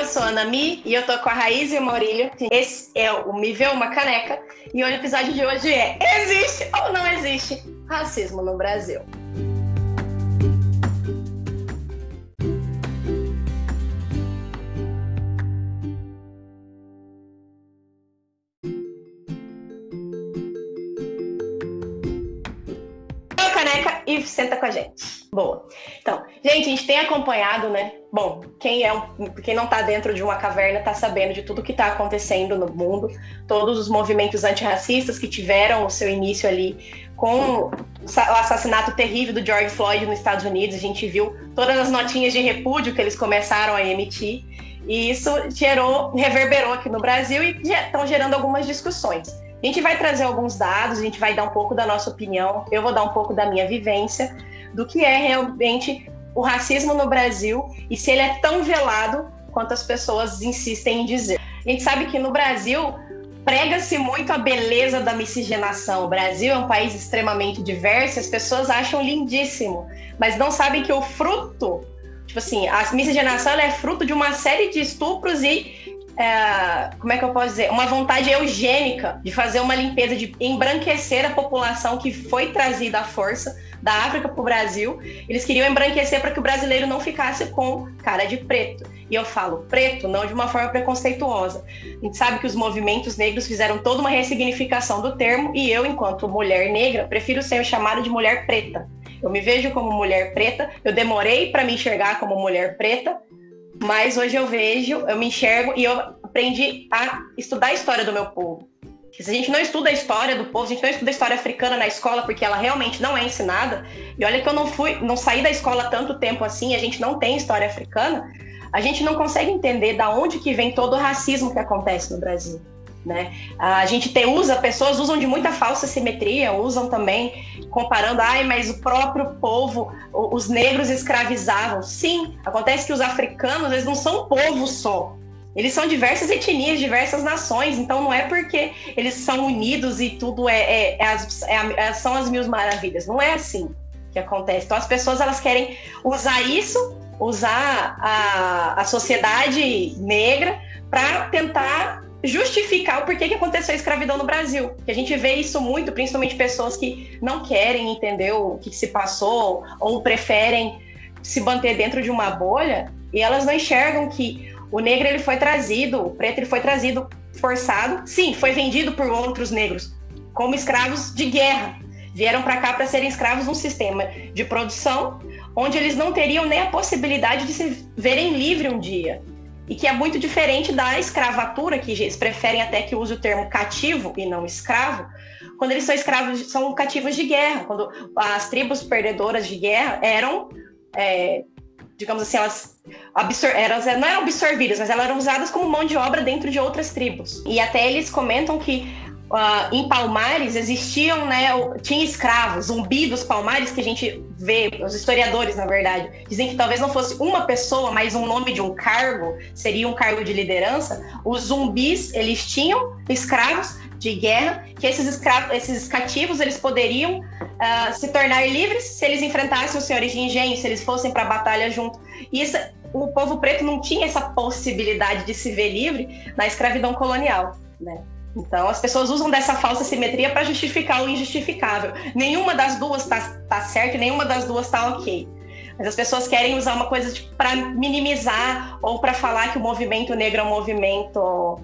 eu sou a Anami e eu tô com a Raiz e o Maurílio. Esse é o Me Vê Uma Caneca e o episódio de hoje é: existe ou não existe racismo no Brasil? Caneca e senta com a gente. Boa. Então, gente, a gente tem acompanhado, né? Bom, quem não tá dentro de uma caverna tá sabendo de tudo que tá acontecendo no mundo, todos os movimentos antirracistas que tiveram o seu início ali com o assassinato terrível do George Floyd nos Estados Unidos. A gente viu todas as notinhas de repúdio que eles começaram a emitir, e isso reverberou aqui no Brasil e estão gerando algumas discussões. A gente vai trazer alguns dados, a gente vai dar um pouco da nossa opinião, eu vou dar um pouco da minha vivência, do que é realmente o racismo no Brasil e se ele é tão velado quanto as pessoas insistem em dizer. A gente sabe que no Brasil prega-se muito a beleza da miscigenação. O Brasil é um país extremamente diverso, as pessoas acham lindíssimo, mas não sabem que o fruto, tipo assim, a miscigenação ela é fruto de uma série de estupros e como é que eu posso dizer? Uma vontade eugênica de fazer uma limpeza, de embranquecer a população que foi trazida à força da África para o Brasil. Eles queriam embranquecer para que o brasileiro não ficasse com cara de preto. E eu falo preto não de uma forma preconceituosa. A gente sabe que os movimentos negros fizeram toda uma ressignificação do termo e eu, enquanto mulher negra, prefiro ser chamada de mulher preta. Eu me vejo como mulher preta, eu demorei para me enxergar como mulher preta, mas hoje eu me enxergo e eu aprendi a estudar a história do meu povo. Se a gente não estuda a história do povo, se a gente não estuda a história africana na escola, porque ela realmente não é ensinada, e olha que eu não saí da escola tanto tempo assim, a gente não tem história africana, a gente não consegue entender da onde que vem todo o racismo que acontece no Brasil, né? A gente pessoas usam de muita falsa simetria, usam também comparando, mas o próprio povo, os negros escravizavam. Sim, acontece que os africanos, eles não são um povo só. Eles são diversas etnias, diversas nações, então não é porque eles são unidos e tudo são as mil maravilhas. Não é assim que acontece. Então as pessoas elas querem usar a sociedade negra para tentar justificar o porquê que aconteceu a escravidão no Brasil. Que a gente vê isso muito, principalmente pessoas que não querem entender o que se passou ou preferem se manter dentro de uma bolha, e elas não enxergam que o negro ele foi trazido, o preto ele foi trazido forçado, sim, foi vendido por outros negros como escravos de guerra. Vieram para cá para serem escravos num sistema de produção onde eles não teriam nem a possibilidade de se verem livre um dia. E que é muito diferente da escravatura, que eles preferem até que use o termo cativo e não escravo. Quando eles são escravos, são cativos de guerra. Quando as tribos perdedoras de guerra eram, digamos assim, elas não eram absorvidas, mas elas eram usadas como mão de obra dentro de outras tribos. E até eles comentam que em Palmares existiam, tinha escravos, Zumbi dos Palmares, que a gente vê, os historiadores, na verdade, dizem que talvez não fosse uma pessoa, mas um nome de um cargo, seria um cargo de liderança. Os zumbis, eles tinham escravos de guerra, que esses cativos, eles poderiam se tornar livres se eles enfrentassem os senhores de engenho, se eles fossem para a batalha junto. E o povo preto não tinha essa possibilidade de se ver livre na escravidão colonial, né? Então, as pessoas usam dessa falsa simetria para justificar o injustificável. Nenhuma das duas tá certa e nenhuma das duas tá ok. Mas as pessoas querem usar uma coisa para minimizar ou para falar que o movimento negro é um movimento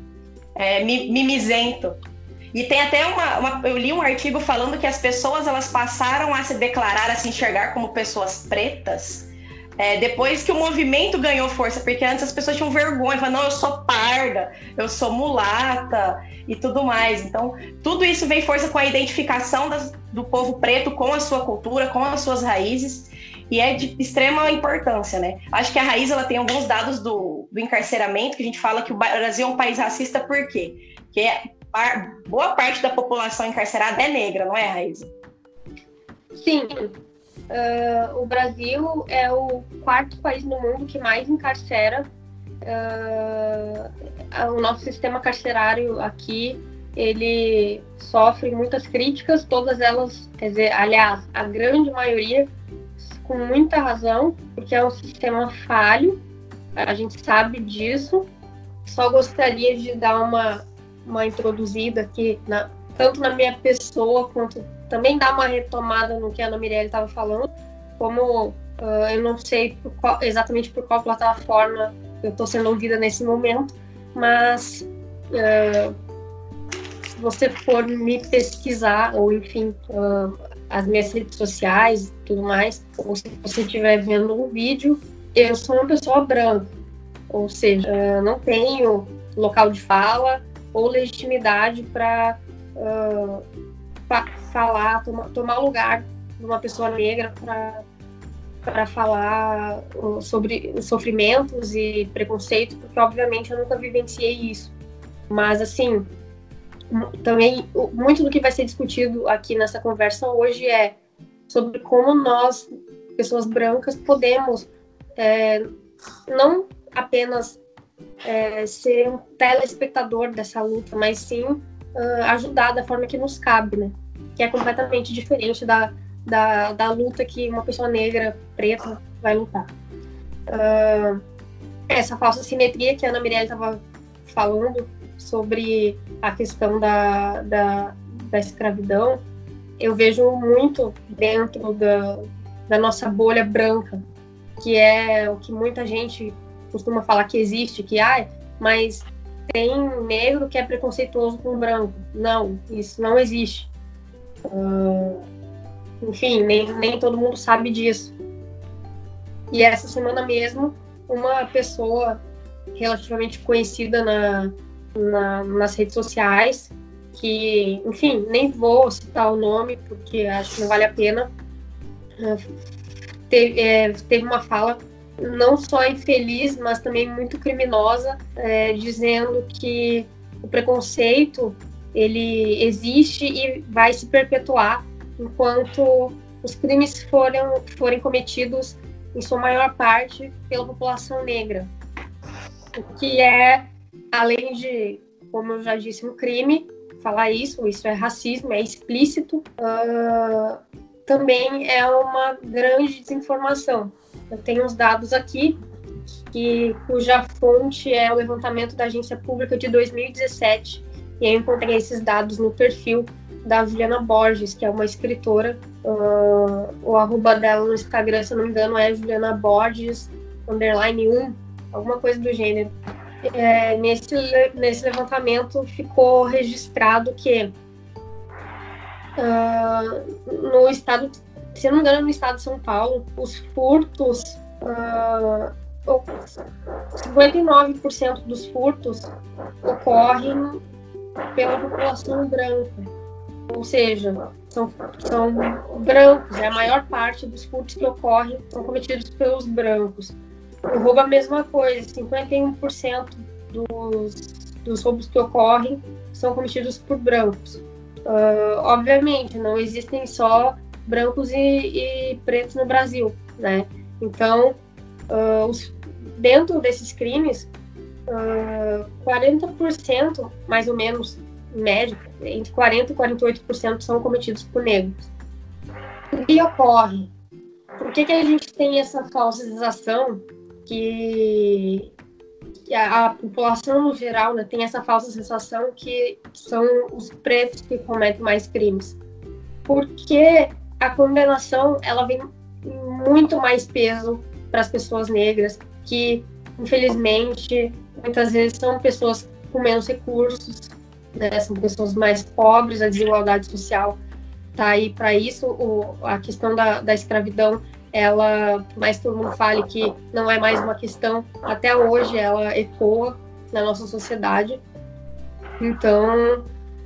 mimizento. E tem até eu li um artigo falando que as pessoas elas passaram a se declarar, a se enxergar como pessoas pretas depois que o movimento ganhou força, porque antes as pessoas tinham vergonha, falavam, não, eu sou parda, eu sou mulata e tudo mais. Então, tudo isso vem força com a identificação do povo preto com a sua cultura, com as suas raízes, e é de extrema importância, né? Acho que a Raiz ela tem alguns dados do encarceramento, que a gente fala que o Brasil é um país racista, por quê? Porque boa parte da população encarcerada é negra, não é, Raiz? Sim. O Brasil é o quarto país no mundo que mais encarcera. O nosso sistema carcerário aqui, ele sofre muitas críticas, todas elas, quer dizer, aliás, a grande maioria com muita razão, porque é um sistema falho, a gente sabe disso. Só gostaria de dar uma introduzida aqui, tanto na minha pessoa, quanto também dar uma retomada no que a Ana Mirelle estava falando, como eu não sei exatamente por qual plataforma eu estou sendo ouvida nesse momento, mas se você for me pesquisar, ou enfim, as minhas redes sociais e tudo mais, ou se você estiver vendo um vídeo, eu sou uma pessoa branca, ou seja, não tenho local de fala ou legitimidade para falar, tomar lugar de uma pessoa negra para falar sobre sofrimentos e preconceito, porque obviamente eu nunca vivenciei isso. Mas assim, também muito do que vai ser discutido aqui nessa conversa hoje é sobre como nós, pessoas brancas, podemos não apenas ser um telespectador dessa luta, mas sim ajudar da forma que nos cabe, né? Que é completamente diferente da luta que uma pessoa negra, preta, vai lutar. Essa falsa simetria que a Ana Mirelle estava falando sobre a questão da escravidão, eu vejo muito dentro da nossa bolha branca, que é o que muita gente costuma falar que existe, mas tem negro que é preconceituoso com branco. Não, isso não existe. Enfim, nem todo mundo sabe disso. E essa semana mesmo, uma pessoa relativamente conhecida nas redes sociais, que, enfim, nem vou citar o nome, porque acho que não vale a pena, teve uma fala não só infeliz, mas também muito criminosa, dizendo que o preconceito ele existe e vai se perpetuar enquanto os crimes forem cometidos, em sua maior parte, pela população negra. O que é, além de, como eu já disse, um crime, falar isso é racismo, é explícito, também é uma grande desinformação. Eu tenho uns dados aqui, cuja fonte é o levantamento da Agência Pública de 2017, e eu encontrei esses dados no perfil da Juliana Borges, que é uma escritora. O arroba dela no Instagram, se eu não me engano, é Juliana Borges _1, alguma coisa do gênero. Nesse levantamento ficou registrado que no estado, se eu não me engano, no estado de São Paulo, os furtos, 59% dos furtos ocorrem pela população branca. Ou seja, são brancos, a maior parte dos furtos que ocorrem são cometidos pelos brancos. O roubo é a mesma coisa, 51% dos roubos que ocorrem são cometidos por brancos. Obviamente, não existem só brancos e pretos no Brasil, né? Então, dentro desses crimes, 40%, mais ou menos, em média, entre 40% e 48% são cometidos por negros. O que ocorre? Por que a gente tem essa falsa sensação que a população no geral, né, tem essa falsa sensação que são os pretos que cometem mais crimes? Porque a condenação ela vem muito mais peso para as pessoas negras, que infelizmente muitas vezes são pessoas com menos recursos, né, são pessoas mais pobres, a desigualdade social está aí para isso. A questão da escravidão, ela, por mais que todo mundo fale que não é mais uma questão, até hoje ela ecoa na nossa sociedade. Então,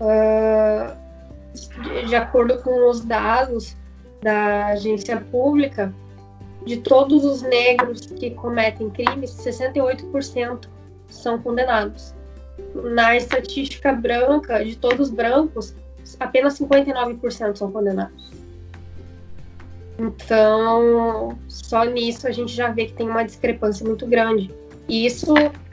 de acordo com os dados da agência pública, de todos os negros que cometem crimes, 68% são condenados. Na estatística branca, de todos os brancos, apenas 59% são condenados. Então, só nisso a gente já vê que tem uma discrepância muito grande. E isso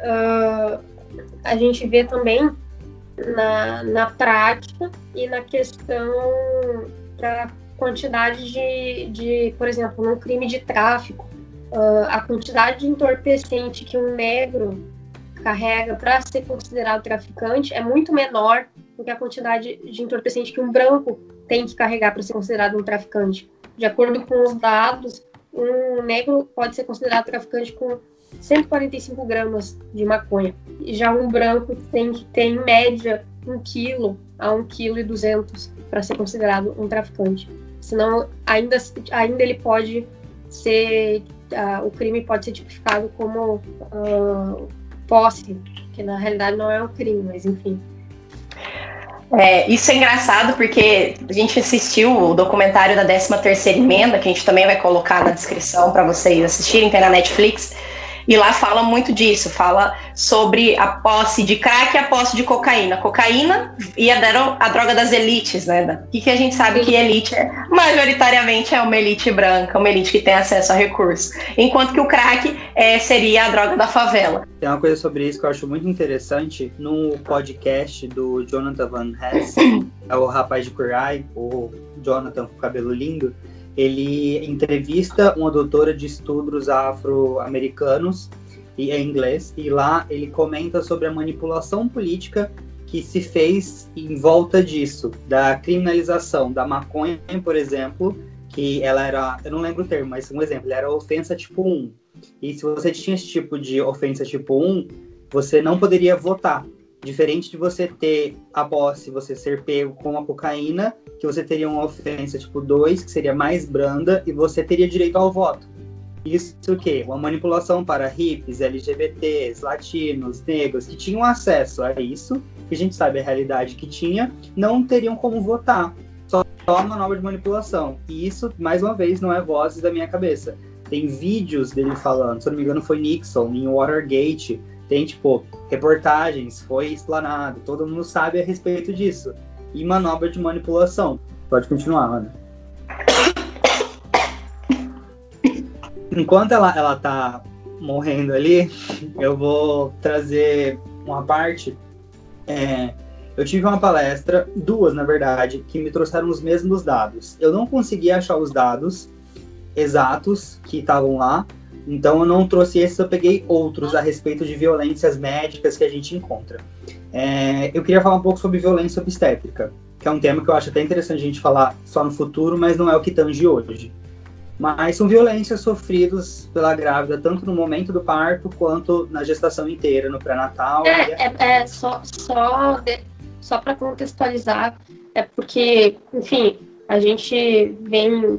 a gente vê também na prática e na questão da quantidade de, por exemplo, num crime de tráfico, a quantidade de entorpecente que um negro carrega para ser considerado traficante é muito menor do que a quantidade de entorpecente que um branco tem que carregar para ser considerado um traficante. De acordo com os dados, um negro pode ser considerado traficante com 145 gramas de maconha. E já um branco tem que ter, em média, 1 quilo a 1,2 kg para ser considerado um traficante. Senão, ainda ele pode ser... o crime pode ser tipificado como posse, que na realidade não é um crime, mas enfim. Isso é engraçado porque a gente assistiu o documentário da 13ª Emenda, que a gente também vai colocar na descrição para vocês assistirem, tem na Netflix, e lá fala muito disso, fala sobre a posse de crack e a posse de cocaína. Cocaína e a droga das elites, né? E que a gente sabe que elite majoritariamente é uma elite branca, uma elite que tem acesso a recursos. Enquanto que o crack seria a droga da favela. Tem uma coisa sobre isso que eu acho muito interessante no podcast do Jonathan Van Ness, é o rapaz de Queer, o Jonathan com o cabelo lindo. Ele entrevista uma doutora de estudos afro-americanos e em inglês, e lá ele comenta sobre a manipulação política que se fez em volta disso, da criminalização da maconha, por exemplo, que ela era, eu não lembro o termo, mas um exemplo, ela era ofensa tipo 1. E se você tinha esse tipo de ofensa tipo 1, você não poderia votar. Diferente de você ter a posse, você ser pego com a cocaína, que você teria uma ofensa tipo 2, que seria mais branda, e você teria direito ao voto. Isso o quê? Uma manipulação para hippies, LGBTs, latinos, negros, que tinham acesso a isso, que a gente sabe a realidade que tinha, não teriam como votar. Só uma nova de manipulação. E isso, mais uma vez, não é vozes da minha cabeça. Tem vídeos dele falando, se eu não me engano foi Nixon, em Watergate, tem, tipo, reportagens, foi explanado, todo mundo sabe a respeito disso. E manobra de manipulação. Pode continuar, Ana. Enquanto ela tá morrendo ali, eu vou trazer uma parte. Eu tive uma palestra, 2 na verdade, que me trouxeram os mesmos dados. Eu não consegui achar os dados exatos que estavam lá, então eu não trouxe esses, eu peguei outros a respeito de violências médicas que a gente encontra. Eu queria falar um pouco sobre violência obstétrica, que é um tema que eu acho até interessante a gente falar só no futuro, mas não é o que tange hoje. Mas são violências sofridas pela grávida, tanto no momento do parto, quanto na gestação inteira, no pré-natal. Só para contextualizar, é porque, enfim, a gente vem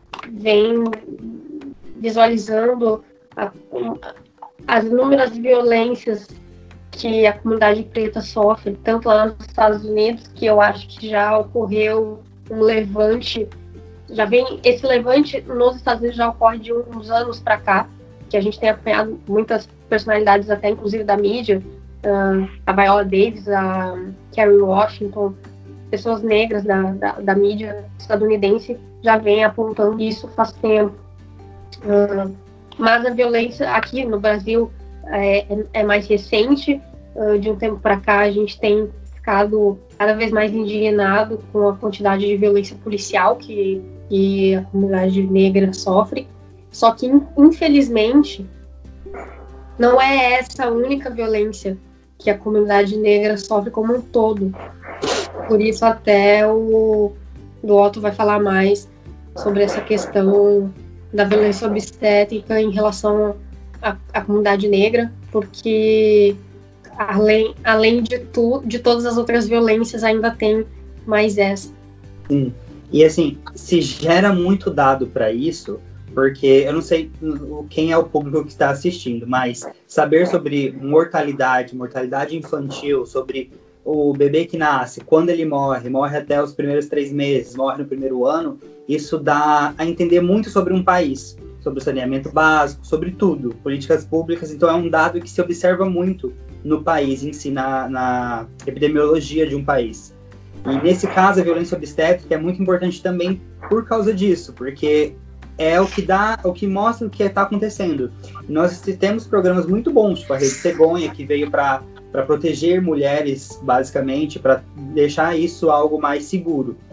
visualizando as inúmeras violências que a comunidade preta sofre, tanto lá nos Estados Unidos, que eu acho que já ocorreu um levante, esse levante nos Estados Unidos já ocorre de uns anos para cá, que a gente tem acompanhado muitas personalidades, até inclusive da mídia, a Viola Davis, a Kerry Washington, pessoas negras da mídia estadunidense já vem apontando isso faz tempo. Mas a violência aqui no Brasil é mais recente. De um tempo para cá a gente tem ficado cada vez mais indignado com a quantidade de violência policial que a comunidade negra sofre. Só que, infelizmente, não é essa a única violência que a comunidade negra sofre como um todo. Por isso até o Otto vai falar mais sobre essa questão da violência obstétrica em relação à comunidade negra, porque além de todas as outras violências, ainda tem mais essa. Sim. E assim, se gera muito dado para isso, porque eu não sei quem é o público que está assistindo, mas saber sobre mortalidade infantil, sobre o bebê que nasce, quando ele morre até os primeiros 3 meses, morre no primeiro ano, isso dá a entender muito sobre um país, sobre o saneamento básico, sobre tudo, políticas públicas. Então é um dado que se observa muito no país em si, na epidemiologia de um país. E nesse caso, a violência obstétrica é muito importante também por causa disso, porque é o que mostra o que está acontecendo. Nós temos programas muito bons, tipo a Rede Cegonha, que veio para proteger mulheres, basicamente, para deixar isso algo mais seguro.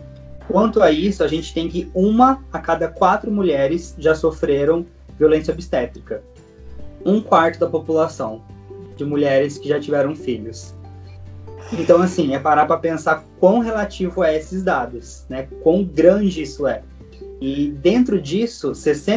Quanto a isso, a gente tem que 1 a cada 4 mulheres já sofreram violência obstétrica. 1/4 da população de mulheres que já tiveram filhos. Então, assim, é parar para pensar quão relativo é esses dados, né? Quão grande isso é. E dentro disso,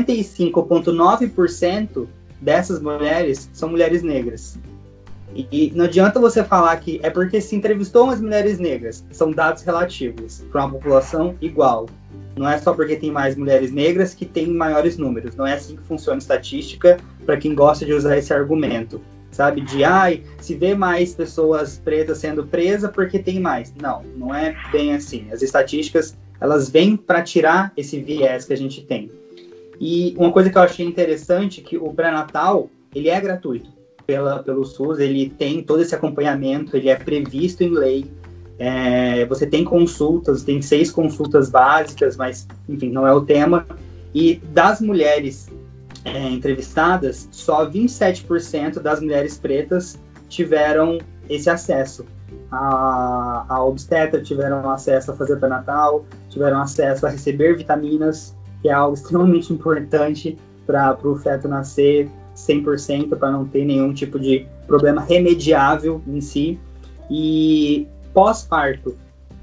65,9% dessas mulheres são mulheres negras. E não adianta você falar que é porque se entrevistou umas mulheres negras. São dados relativos para uma população igual. Não é só porque tem mais mulheres negras que tem maiores números. Não é assim que funciona a estatística, para quem gosta de usar esse argumento. Sabe, de, se vê mais pessoas pretas sendo presas porque tem mais. Não, não é bem assim. As estatísticas, elas vêm para tirar esse viés que a gente tem. E uma coisa que eu achei interessante, que o pré-natal, ele é gratuito pelo SUS, ele tem todo esse acompanhamento, ele é previsto em lei. Você tem consultas, tem 6 consultas básicas, mas, enfim, não é o tema. E das mulheres entrevistadas, só 27% das mulheres pretas tiveram esse acesso a obstetra, tiveram acesso a fazer pré-natal, tiveram acesso a receber vitaminas, que é algo extremamente importante para o feto nascer 100%, para não ter nenhum tipo de problema remediável em si. E pós-parto,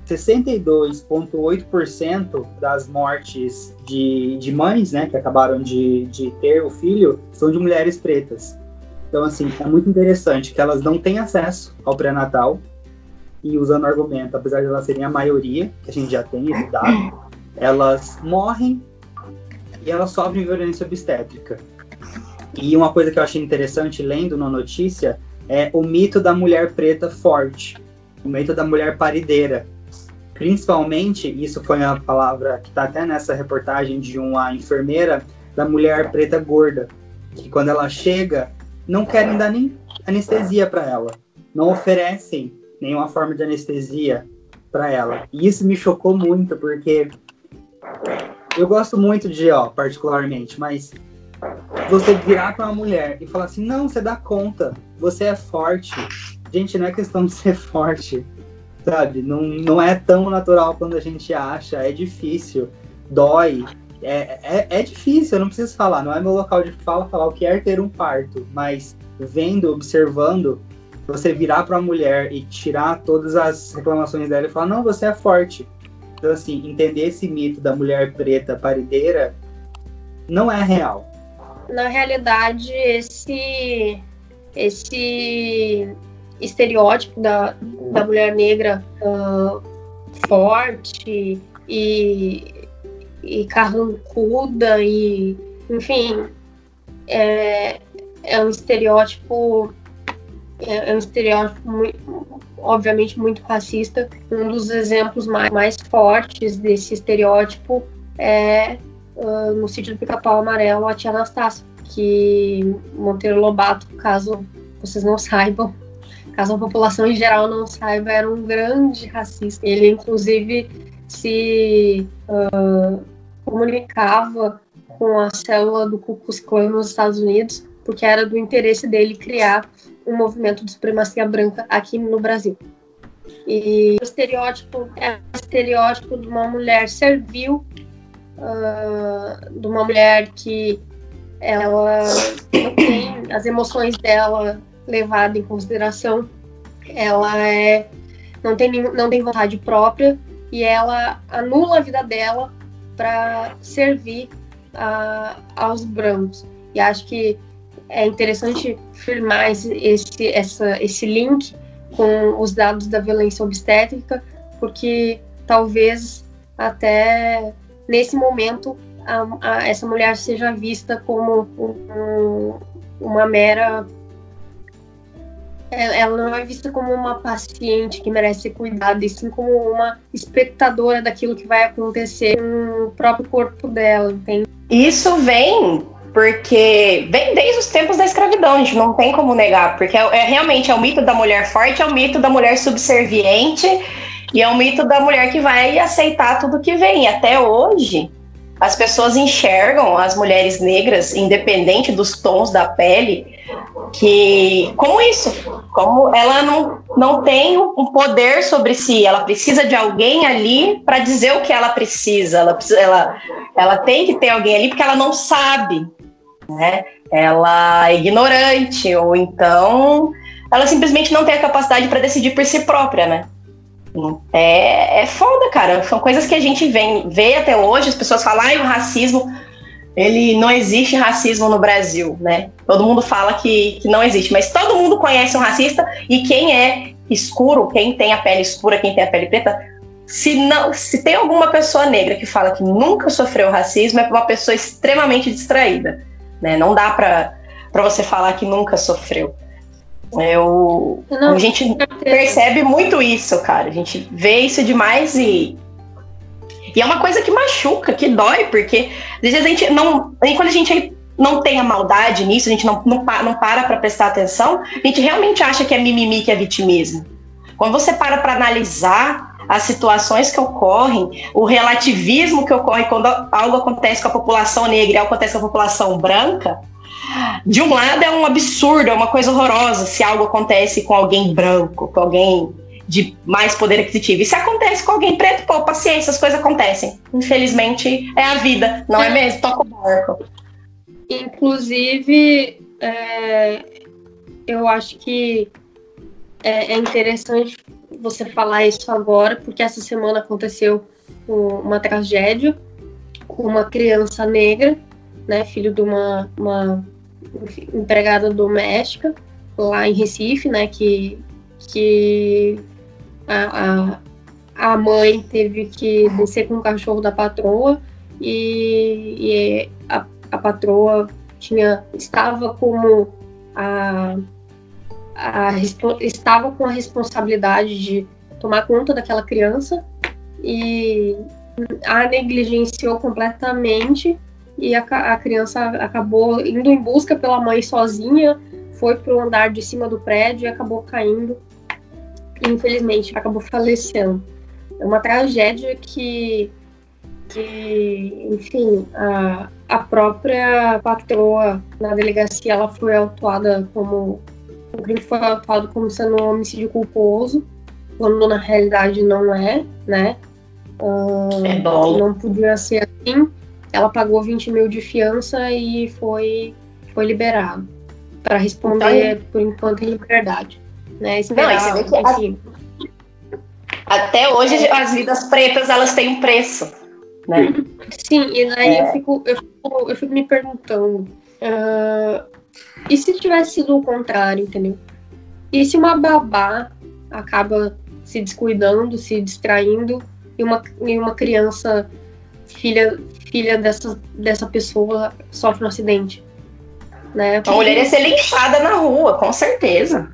62,8% das mortes de mães, né, que acabaram de ter o filho, são de mulheres pretas. Então, assim, é muito interessante que elas não têm acesso ao pré-natal, e usando o argumento, apesar de elas serem a maioria, que a gente já tem esse dado, elas morrem e elas sofrem violência obstétrica. E uma coisa que eu achei interessante, lendo na notícia, é o mito da mulher preta forte, o mito da mulher parideira. Principalmente, isso foi uma palavra que está até nessa reportagem de uma enfermeira, da mulher preta gorda, que quando ela chega, não querem dar nem anestesia para ela, não oferecem nenhuma forma de anestesia para ela. E isso me chocou muito, porque eu gosto muito de particularmente, mas você virar para uma mulher e falar assim, não, você dá conta, você é forte. Gente, não é questão de ser forte, sabe? Não é tão natural quando a gente acha, é difícil, dói, é difícil, eu não preciso falar, não é meu local de falar o que é ter um parto, mas vendo, observando, você virar para a mulher e tirar todas as reclamações dela e falar, não, você é forte. Então, assim, entender esse mito da mulher preta parideira não é real. Na realidade, esse estereótipo da mulher negra forte e carrancuda e, enfim, é um estereótipo obviamente muito racista. Um dos exemplos mais fortes desse estereótipo é no Sítio do Pica-Pau Amarelo, a tia Anastácia, que Monteiro Lobato, caso vocês não saibam, caso a população em geral não saiba, era um grande racista. Ele, inclusive, se comunicava com a célula do Ku Klux Klan nos Estados Unidos, porque era do interesse dele criar um movimento de supremacia branca aqui no Brasil. E o estereótipo é o estereótipo de uma mulher servil, de uma mulher que ela não tem as emoções dela levadas em consideração, ela não tem vontade própria e ela anula a vida dela para servir aos brancos. E acho que é interessante firmar esse link com os dados da violência obstétrica, porque talvez até nesse momento essa mulher seja vista como uma mera... Ela não é vista como uma paciente que merece ser cuidada, e sim como uma espectadora daquilo que vai acontecer com o próprio corpo dela, entende? Isso vem desde os tempos da escravidão, a gente não tem como negar, porque realmente é o mito da mulher forte, é o mito da mulher subserviente, e é o mito da mulher que vai aceitar tudo que vem. Até hoje, as pessoas enxergam as mulheres negras, independente dos tons da pele, como ela não tem um poder sobre si, ela precisa de alguém ali para dizer o que ela precisa, ela tem que ter alguém ali porque ela não sabe, né? Ela é ignorante, ou então ela simplesmente não tem a capacidade para decidir por si própria, né? É foda, cara. São coisas que a gente vê até hoje, as pessoas falam, o racismo, não existe racismo no Brasil, né? Todo mundo fala que não existe, mas todo mundo conhece um racista, e quem é escuro, quem tem a pele escura, quem tem a pele preta, se tem alguma pessoa negra que fala que nunca sofreu racismo, é uma pessoa extremamente distraída, né? Não dá pra você falar que nunca sofreu. A gente percebe muito isso, cara. A gente vê isso demais e é uma coisa que machuca, que dói, porque às vezes a gente não. Quando a gente não tem a maldade nisso, a gente não para prestar atenção, a gente realmente acha que é mimimi, que é vitimismo. Quando você para analisar as situações que ocorrem, o relativismo que ocorre quando algo acontece com a população negra e algo acontece com a população branca, de um lado é um absurdo, é uma coisa horrorosa se algo acontece com alguém branco, com alguém de mais poder aquisitivo. E se acontece com alguém preto, pô, paciência, as coisas acontecem. Infelizmente, é a vida, não é mesmo? Toca o barco. Inclusive, eu acho que é interessante você falar isso agora, porque essa semana aconteceu uma tragédia com uma criança negra, né, filho de uma empregada doméstica lá em Recife, né, que a mãe teve que descer com o cachorro da patroa e a patroa estava com a responsabilidade de tomar conta daquela criança e a negligenciou completamente. E a criança acabou indo em busca pela mãe sozinha, foi para o andar de cima do prédio e acabou caindo. E, infelizmente, acabou falecendo. É uma tragédia que enfim, a própria patroa na delegacia, ela foi autuada o crime foi autuado como sendo um homicídio culposo, quando na realidade não é, né? Não podia ser assim. Ela pagou 20 mil de fiança e foi liberado para responder, então, por enquanto, em liberdade. Né? Até hoje as vidas pretas, elas têm um preço, né? Sim, e daí eu fico me perguntando, e se tivesse sido o contrário, entendeu? E se uma babá acaba se descuidando, se distraindo, e uma criança filha dessa pessoa sofre um acidente, né? A mulher ia ser linchada na rua, com certeza.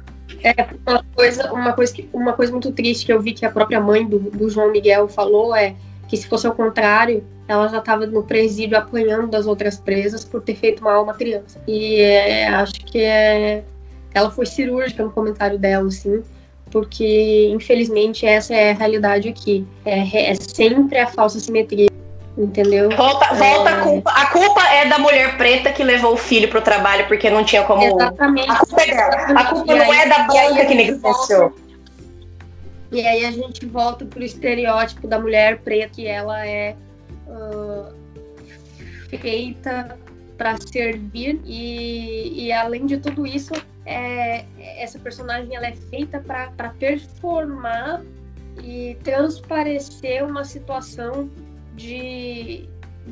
Uma coisa muito triste que eu vi que a própria mãe do João Miguel falou que se fosse ao contrário, ela já estava no presídio apanhando das outras presas por ter feito mal a uma criança. E acho que ela foi cirúrgica no comentário dela, assim, porque infelizmente essa é a realidade aqui. É sempre a falsa simetria. Entendeu? Volta a culpa. A culpa é da mulher preta que levou o filho pro trabalho porque não tinha como. Exatamente. A culpa é dela. A culpa não é da branca que negligenciou. E aí a gente volta pro estereótipo da mulher preta, que ela é feita para servir e além de tudo isso, essa personagem ela é feita para performar e transparecer uma situação de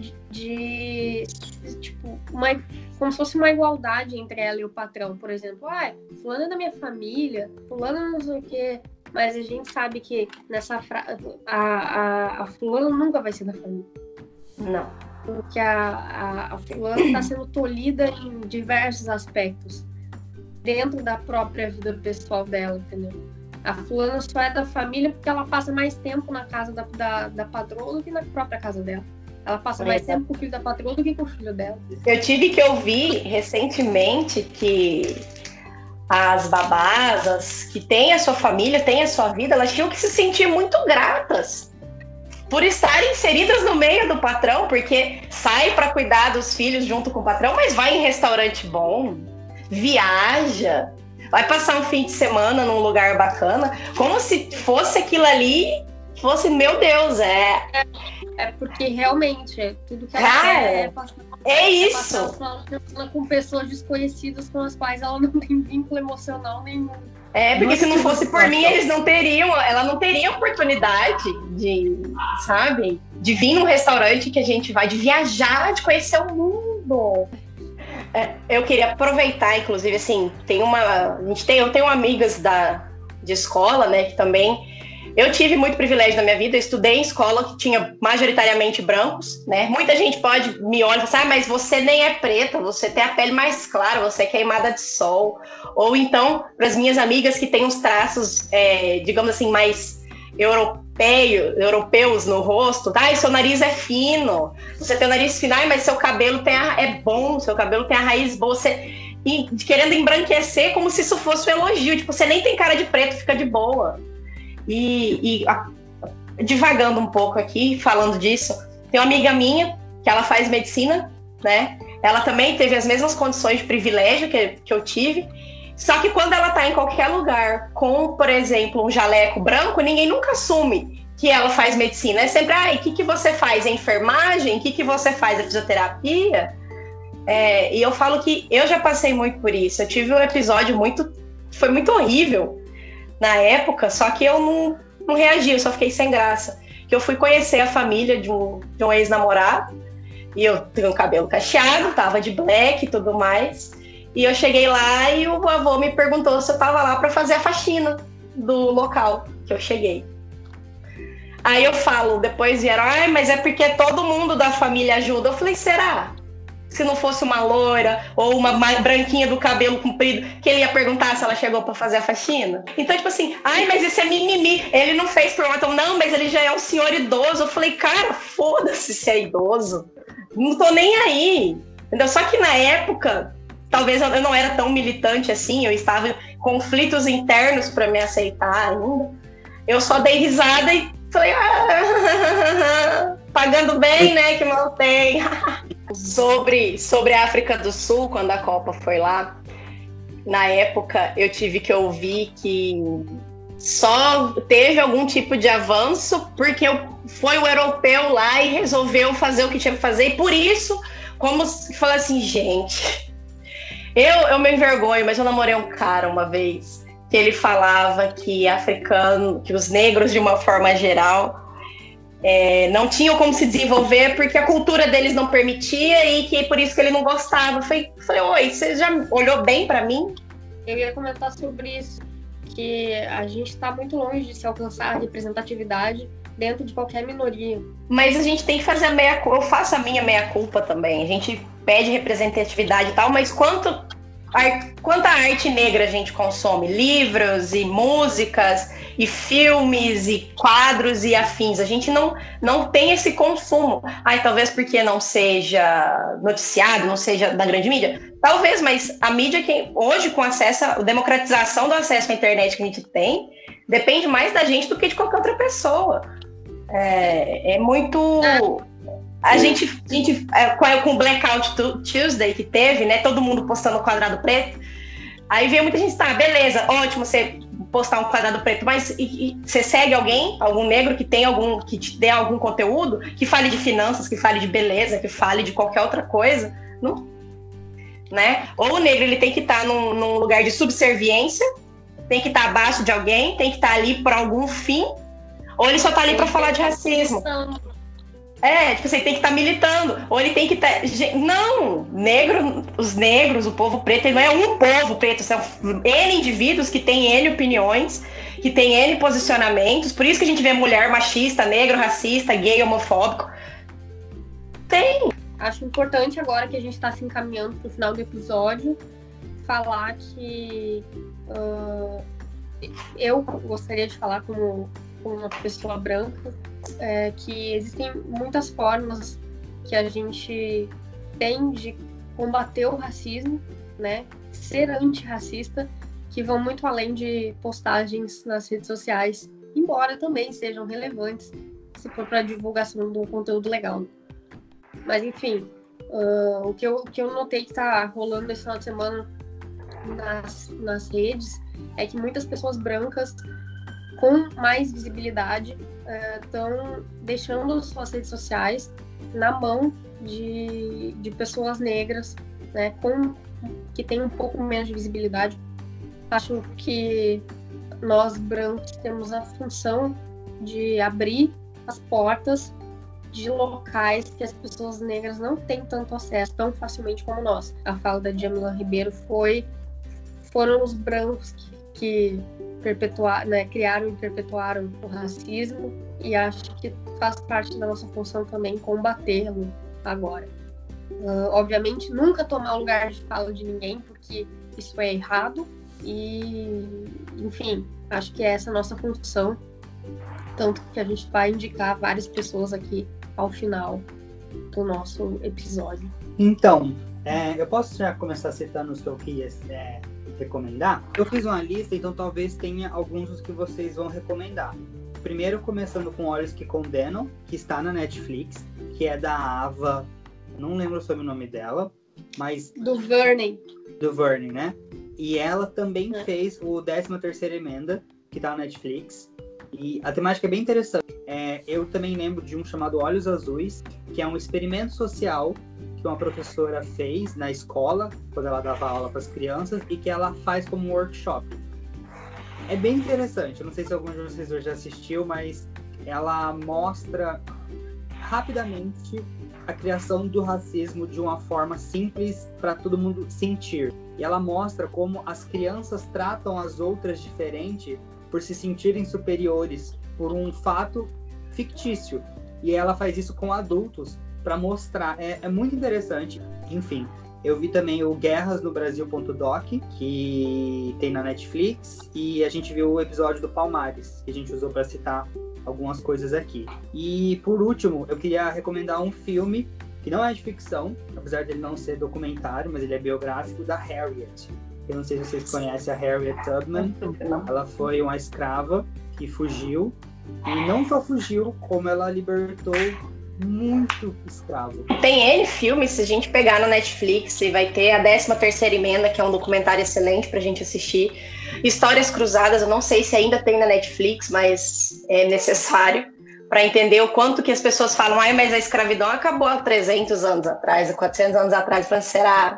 tipo, como se fosse uma igualdade entre ela e o patrão, por exemplo. Fulano é da minha família, fulano não sei o quê, mas a gente sabe que nessa a fulano nunca vai ser da família. Não. Porque a fulana está sendo tolhida em diversos aspectos dentro da própria vida pessoal dela, entendeu? A fulana só é da família porque ela passa mais tempo na casa da patroa do que na própria casa dela. Ela passa mais tempo com o filho da patroa do que com o filho dela. Eu tive que ouvir recentemente que as babás, que têm a sua família, têm a sua vida, elas tinham que se sentir muito gratas por estarem inseridas no meio do patrão, porque sai para cuidar dos filhos junto com o patrão, mas vai em restaurante bom, viaja, vai passar um fim de semana num lugar bacana, como se fosse aquilo ali, fosse, meu Deus, É porque realmente, tudo que ela Cara, quer é passar isso. Com pessoas desconhecidas com as quais ela não tem vínculo emocional nenhum. Porque se não fosse por mim, ela não teria oportunidade de, sabe, de vir num restaurante que a gente vai, de viajar, de conhecer o mundo. Eu queria aproveitar, inclusive, assim, eu tenho amigas de escola, né, que também eu tive muito privilégio na minha vida, eu estudei em escola que tinha majoritariamente brancos, né? Muita gente pode me olhar e falar, mas você nem é preta, você tem a pele mais clara, você é queimada de sol. Ou então, para as minhas amigas que têm uns traços, digamos assim, mais europeus no rosto, seu nariz é fino, você tem o nariz fino, mas seu cabelo é bom, seu cabelo tem a raiz boa, querendo embranquecer como se isso fosse um elogio, tipo, você nem tem cara de preto, fica de boa. Divagando um pouco aqui, falando disso, tem uma amiga minha que ela faz medicina, né? Ela também teve as mesmas condições de privilégio que eu tive, só que quando ela tá em qualquer lugar com, por exemplo, um jaleco branco, ninguém nunca assume que ela faz medicina. É sempre, o que você faz? É enfermagem? O que você faz? É fisioterapia? E eu falo que eu já passei muito por isso. Eu tive um episódio foi muito horrível na época, só que eu não reagi, eu só fiquei sem graça. Que eu fui conhecer a família de um ex-namorado, e eu tinha o cabelo cacheado, tava de black e tudo mais, e eu cheguei lá e o avô me perguntou se eu tava lá para fazer a faxina do local que eu cheguei. Aí eu falo, depois vieram, mas é porque todo mundo da família ajuda. Eu falei, será? Se não fosse uma loira ou uma branquinha do cabelo comprido, que ele ia perguntar se ela chegou pra fazer a faxina? Então, tipo assim, mas isso é mimimi. Ele não fez por então, não, mas ele já é um senhor idoso. Eu falei, cara, foda-se se é idoso. Não tô nem aí. Entendeu? Só que na época, talvez eu não era tão militante assim, eu estava em conflitos internos pra me aceitar ainda. Eu só dei risada e falei, pagando bem, né, que mal tem. Sobre a África do Sul, quando a Copa foi lá, na época eu tive que ouvir que só teve algum tipo de avanço porque foi o europeu lá e resolveu fazer o que tinha que fazer, e por isso, como se fala assim, gente, eu me envergonho, mas eu namorei um cara uma vez que ele falava que que os negros, de uma forma geral, não tinham como se desenvolver porque a cultura deles não permitia e que por isso que ele não gostava. Eu falei, oi, você já olhou bem pra mim? Eu ia comentar sobre isso, que a gente está muito longe de se alcançar a representatividade dentro de qualquer minoria. Mas a gente tem que fazer eu faço a minha meia-culpa também. A gente pede representatividade e tal, mas quanta arte negra a gente consome? Livros e músicas e filmes e quadros e afins. A gente não tem esse consumo. Talvez porque não seja noticiado, não seja da grande mídia. Talvez, mas a mídia, hoje, com a democratização do acesso à internet que a gente tem, depende mais da gente do que de qualquer outra pessoa. É muito... A gente com o Blackout Tuesday que teve, né? Todo mundo postando o quadrado preto. Aí veio muita gente, beleza, ótimo você postar um quadrado preto, mas você segue algum negro que te dê algum conteúdo, que fale de finanças, que fale de beleza, que fale de qualquer outra coisa? Não, né? Ou o negro ele tem que estar num lugar de subserviência, tem que estar abaixo de alguém, tem que estar ali por algum fim, ou ele só está ali para falar de racismo. Tipo, você tem que estar militando, ou ele tem que estar... Não! Os negros, o povo preto, ele não é um povo preto, são N indivíduos que têm N opiniões, que têm N posicionamentos, por isso que a gente vê mulher machista, negro, racista, gay, homofóbico. Tem! Acho importante agora que a gente está se encaminhando para o final do episódio, falar que eu gostaria de falar como uma pessoa branca, que existem muitas formas que a gente tem de combater o racismo, né? Ser antirracista, que vão muito além de postagens nas redes sociais, embora também sejam relevantes se for para divulgação de um conteúdo legal. Mas enfim, o que eu notei que está rolando nesse final de semana nas redes é que muitas pessoas brancas com mais visibilidade estão deixando suas redes sociais na mão de pessoas negras, né, que tem um pouco menos de visibilidade. Acho que nós brancos temos a função de abrir as portas de locais que as pessoas negras não têm tanto acesso tão facilmente como nós. A fala da Djamila Ribeiro foram os brancos que perpetuaram, né, criaram e perpetuaram o racismo, e acho que faz parte da nossa função também combatê-lo agora. Obviamente, nunca tomar o lugar de fala de ninguém, porque isso é errado, e, enfim, acho que essa é a nossa função, tanto que a gente vai indicar várias pessoas aqui ao final do nosso episódio. Então, eu posso já começar citando os que eu queria recomendar? Eu fiz uma lista, então talvez tenha alguns dos que vocês vão recomendar. Primeiro, começando com Olhos que Condenam, que está na Netflix, que é da Ava, não lembro sobre o nome dela, mas... Do Verney, né? E ela também fez o 13ª Emenda, que está na Netflix. E a temática é bem interessante. Eu também lembro de um chamado Olhos Azuis, que é um experimento social que uma professora fez na escola, quando ela dava aula para as crianças, e que ela faz como workshop. É bem interessante. Eu não sei se algum de vocês já assistiu, mas ela mostra rapidamente a criação do racismo de uma forma simples para todo mundo sentir. E ela mostra como as crianças tratam as outras diferente por se sentirem superiores por um fato fictício. E ela faz isso com adultos para mostrar. É muito interessante. Enfim, eu vi também o Guerras no Brasil.doc, que tem na Netflix, e a gente viu o episódio do Palmares, que a gente usou para citar algumas coisas aqui. E por último, eu queria recomendar um filme que não é de ficção, apesar dele não ser documentário, mas ele é biográfico, da Harriet. Eu não sei se vocês conhecem a Harriet Tubman. Ela foi uma escrava que fugiu, e não só fugiu, como ela libertou muito escravo. Tem N filmes, se a gente pegar na Netflix, e vai ter a 13ª Emenda, que é um documentário excelente pra gente assistir. Histórias Cruzadas, eu não sei se ainda tem na Netflix, mas é necessário para entender o quanto que as pessoas falam, mas a escravidão acabou há 300 anos atrás, há 400 anos atrás. Será?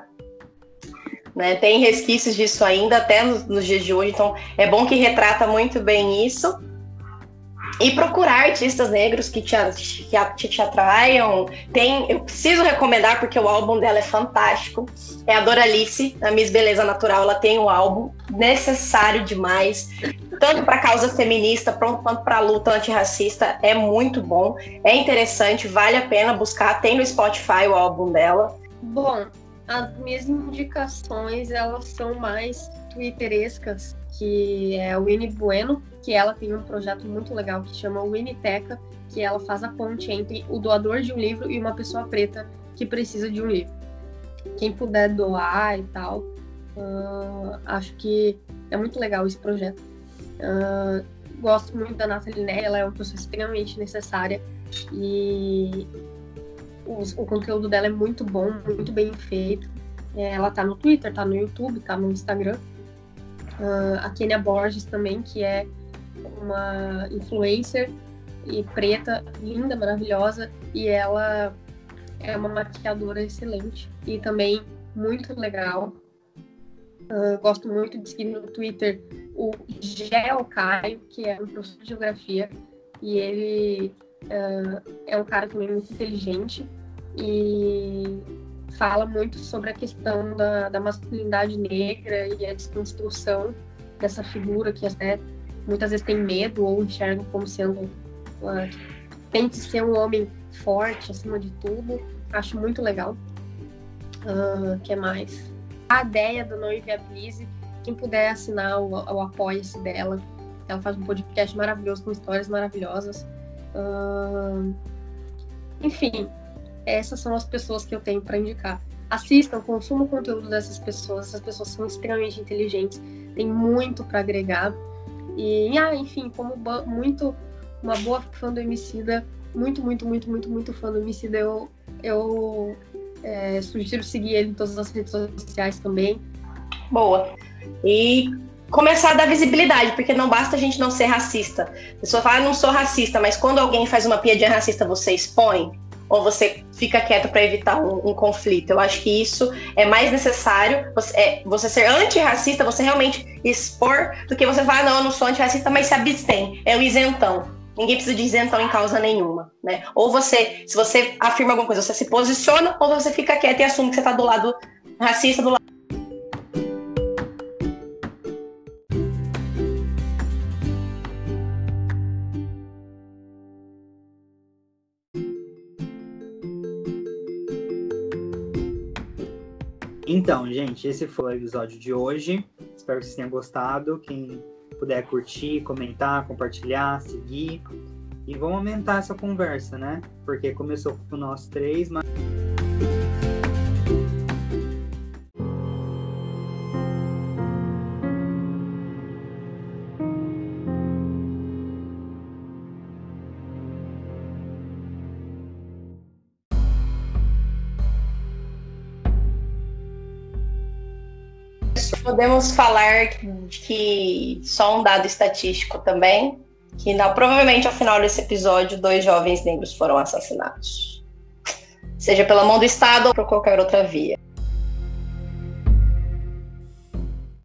Né? Tem resquícios disso ainda, até nos dias de hoje, então é bom que retrata muito bem isso. E procurar artistas negros que te atraiam. Eu preciso recomendar, porque o álbum dela é fantástico. É a Doralice, a Miss Beleza Natural. Ela tem um álbum necessário demais, tanto para a causa feminista quanto para a luta antirracista. É muito bom, é interessante, vale a pena buscar. Tem no Spotify o álbum dela. Bom, as minhas indicações, elas são mais twitterescas, que é o Winnie Bueno, que ela tem um projeto muito legal que chama Winnieteca, que ela faz a ponte entre o doador de um livro e uma pessoa preta que precisa de um livro. Quem puder doar e tal, acho que é muito legal esse projeto. Gosto muito da Nathalie Ney, ela é uma pessoa extremamente necessária, e o conteúdo dela é muito bom, muito bem feito. Ela tá no Twitter, tá no YouTube, tá no Instagram. A Kenia Borges também, que é uma influencer e preta, linda, maravilhosa, e ela é uma maquiadora excelente e também muito legal. Gosto muito de seguir no Twitter o Gel Caio, que é um professor de geografia, e ele é um cara também muito inteligente e fala muito sobre a questão da masculinidade negra e a desconstrução dessa figura que até muitas vezes tem medo ou enxerga como sendo tem que ser um homem forte acima de tudo. Acho muito legal. Que mais? A ideia do Não Inviabilize, quem puder assinar o apoia-se dela, ela faz um podcast maravilhoso com histórias maravilhosas. Enfim, essas são as pessoas que eu tenho para indicar. Assistam, consumam o conteúdo dessas pessoas. Essas pessoas são extremamente inteligentes, tem muito para agregar. E, enfim, como uma boa fã do Emicida, muito fã do Emicida, eu sugiro seguir ele em todas as redes sociais também. Boa. E começar a dar visibilidade, porque não basta a gente não ser racista. A pessoa fala, não sou racista, mas quando alguém faz uma piadinha racista, você expõe? Ou você fica quieto para evitar um conflito? Eu acho que isso é mais necessário, você ser antirracista, você realmente expor, do que você falar, não, eu não sou antirracista, mas se abstém, é o isentão. Ninguém precisa de isentão em causa nenhuma, né? Ou você, se você afirma alguma coisa, você se posiciona, ou você fica quieto e assume que você tá do lado racista, do lado. Então, gente, esse foi o episódio de hoje. Espero que vocês tenham gostado. Quem puder curtir, comentar, compartilhar, seguir. E vamos aumentar essa conversa, né? Porque começou com nós 3, mas... Podemos falar que só um dado estatístico também, que provavelmente ao final desse episódio 2 jovens negros foram assassinados. Seja pela mão do Estado ou por qualquer outra via.